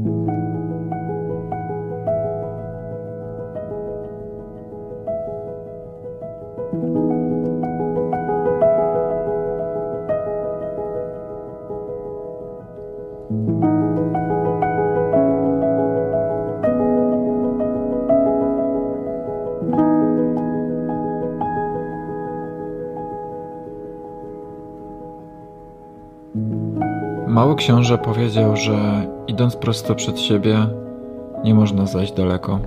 Mały książę powiedział, że idąc prosto przed siebie, nie można zajść daleko.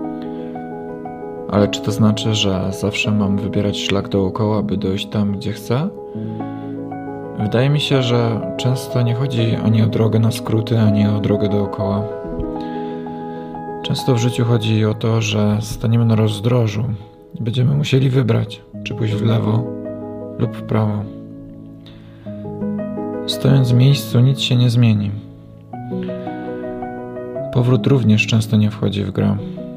Ale czy to znaczy, że zawsze mam wybierać szlak dookoła, by dojść tam, gdzie chcę? Wydaje mi się, że często nie chodzi ani o drogę na skróty, ani o drogę dookoła. Często w życiu chodzi o to, że staniemy na rozdrożu i będziemy musieli wybrać, czy pójść w lewo lub w prawo. Stojąc w miejscu, nic się nie zmieni. Powrót również często nie wchodzi w grę.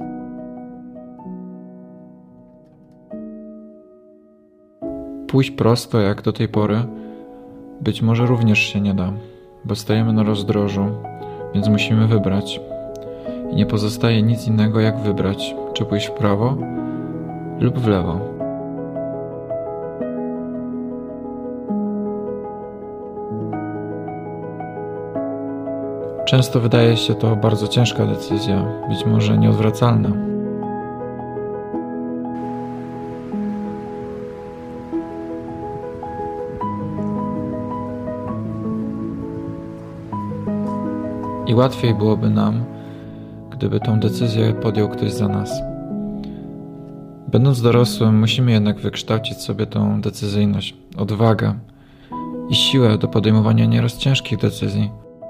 Pójść prosto jak do tej pory być może również się nie da, bo stajemy na rozdrożu, więc musimy wybrać. I nie pozostaje nic innego jak wybrać, czy pójść w prawo lub w lewo. Często wydaje się to bardzo ciężka decyzja, być może nieodwracalna. I łatwiej byłoby nam, gdyby tą decyzję podjął ktoś za nas. Będąc dorosłym, musimy jednak wykształcić sobie tą decyzyjność, odwagę i siłę do podejmowania nieraz ciężkich decyzji.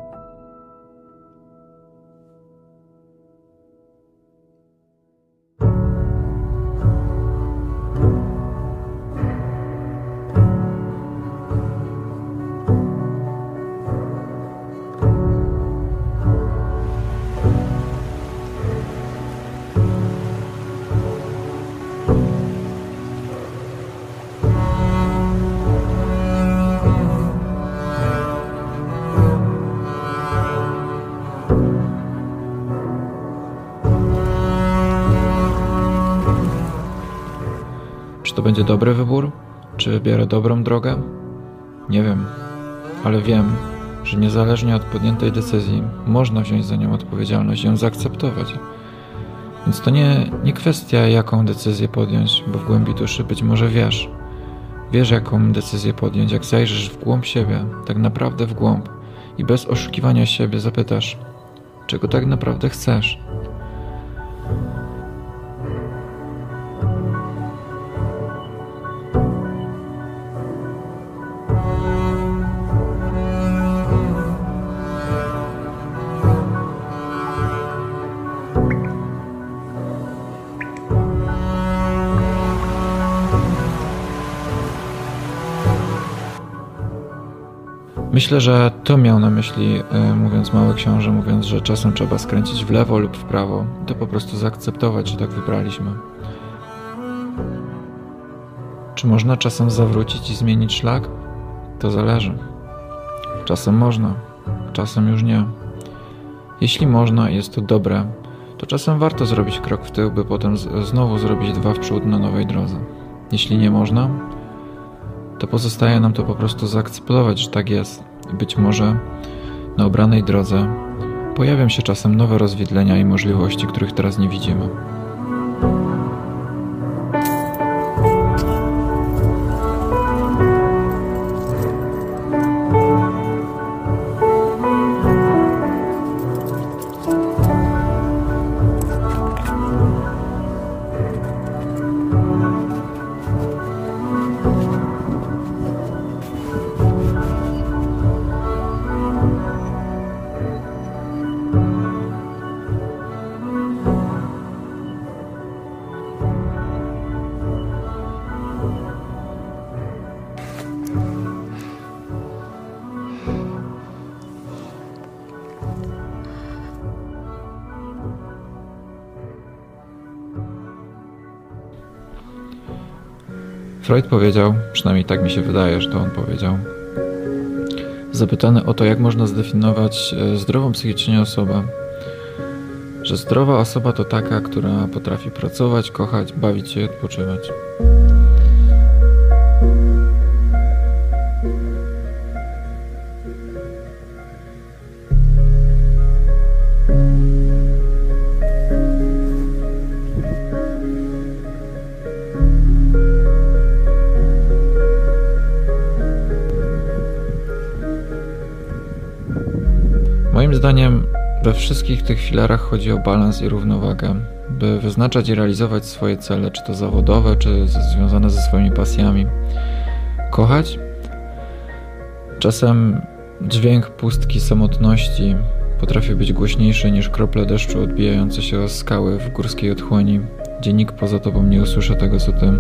Czy to będzie dobry wybór? Czy wybiorę dobrą drogę? Nie wiem, ale wiem, że niezależnie od podjętej decyzji można wziąć za nią odpowiedzialność i ją zaakceptować. Więc to nie kwestia, jaką decyzję podjąć, bo w głębi duszy być może wiesz. Wiesz, jaką decyzję podjąć, jak zajrzysz w głąb siebie, tak naprawdę w głąb i bez oszukiwania siebie zapytasz, czego tak naprawdę chcesz. Myślę, że to miał na myśli, mówiąc Mały Książę, mówiąc, że czasem trzeba skręcić w lewo lub w prawo. To po prostu zaakceptować, że tak wybraliśmy. Czy można czasem zawrócić i zmienić szlak? To zależy. Czasem można, czasem już nie. Jeśli można i jest to dobre, to czasem warto zrobić krok w tył, by potem znowu zrobić 2 w przód na nowej drodze. Jeśli nie można, to pozostaje nam to po prostu zaakceptować, że tak jest. I być może na obranej drodze pojawią się czasem nowe rozwidlenia i możliwości, których teraz nie widzimy. Freud powiedział, przynajmniej tak mi się wydaje, że to on powiedział, zapytany o to, jak można zdefiniować zdrową psychicznie osobę, że zdrowa osoba to taka, która potrafi pracować, kochać, bawić się i odpoczywać. Moim zdaniem we wszystkich tych filarach chodzi o balans i równowagę, by wyznaczać i realizować swoje cele, czy to zawodowe, czy związane ze swoimi pasjami. Kochać? Czasem dźwięk pustki samotności potrafi być głośniejszy niż krople deszczu odbijające się o skały w górskiej otchłani, gdzie nikt poza tobą nie usłyszy tego, co ty.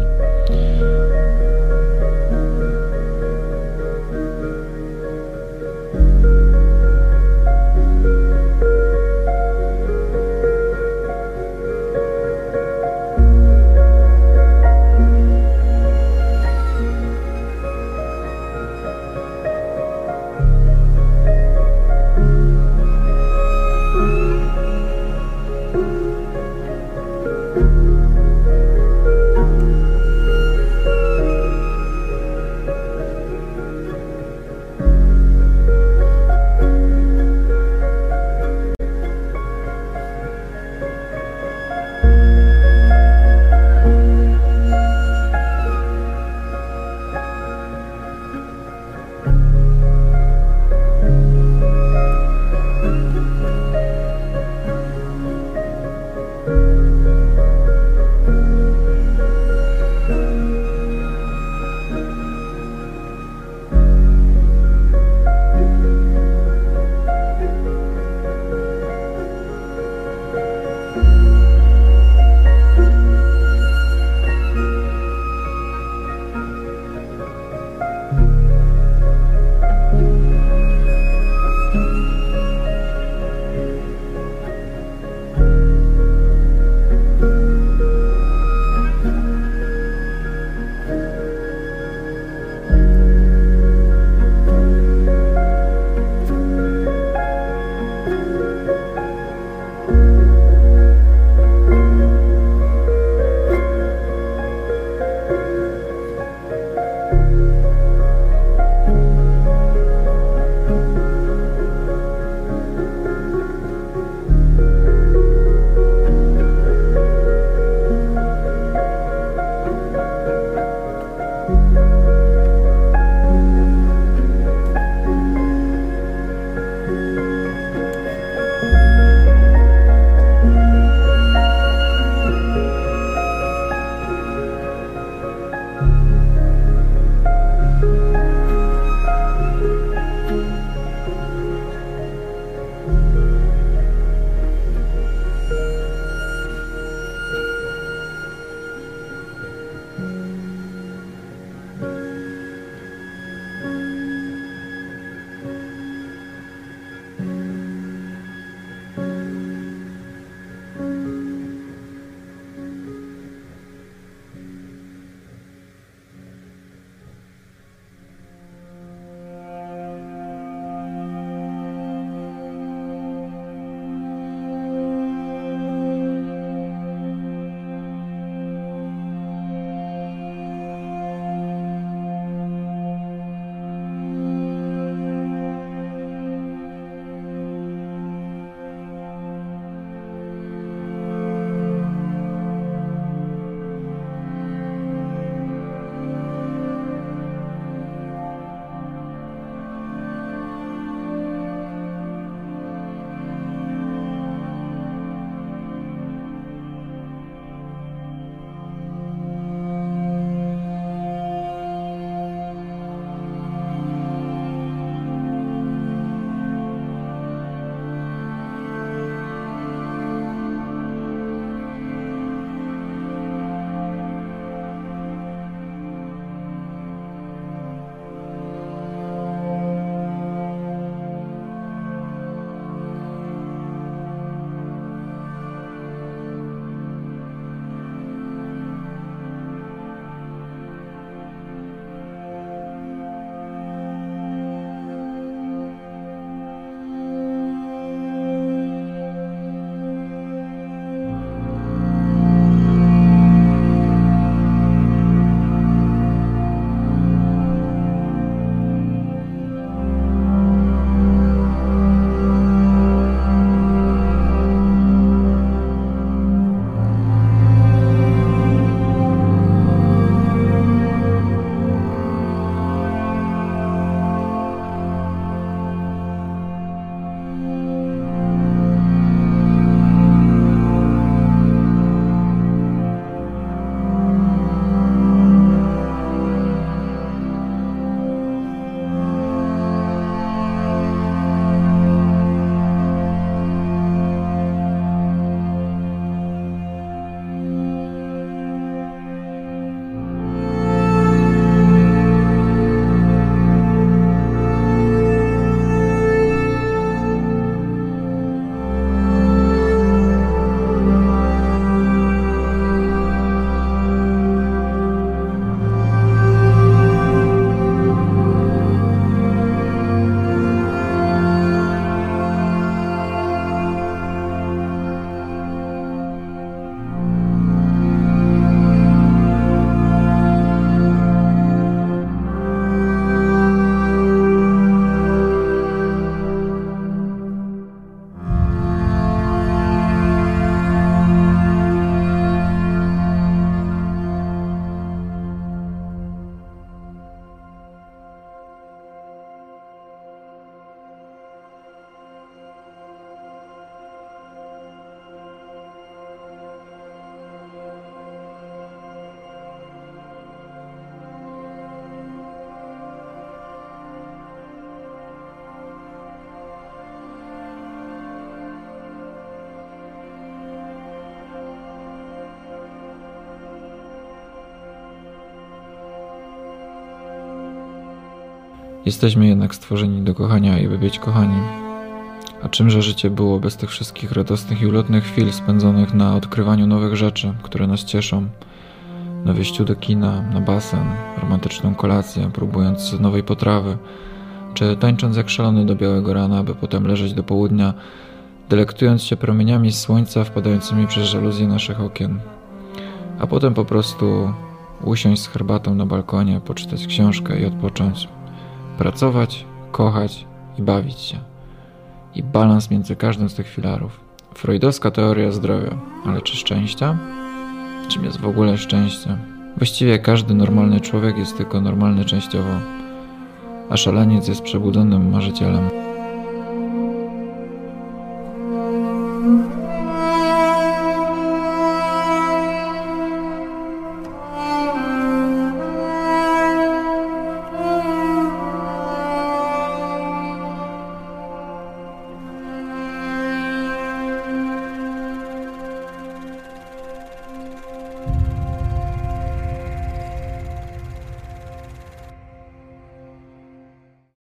Jesteśmy jednak stworzeni do kochania i by być kochani. A czymże życie było bez tych wszystkich radosnych i ulotnych chwil spędzonych na odkrywaniu nowych rzeczy, które nas cieszą, na wyjściu do kina, na basen, romantyczną kolację, próbując nowej potrawy, czy tańcząc jak szalony do białego rana, by potem leżeć do południa, delektując się promieniami słońca wpadającymi przez żaluzje naszych okien, a potem po prostu usiąść z herbatą na balkonie, poczytać książkę i odpocząć, pracować, kochać i bawić się. I balans między każdym z tych filarów. Freudowska teoria zdrowia, ale czy szczęścia? Czym jest w ogóle szczęście? Właściwie każdy normalny człowiek jest tylko normalny częściowo, a szaleniec jest przebudzonym marzycielem.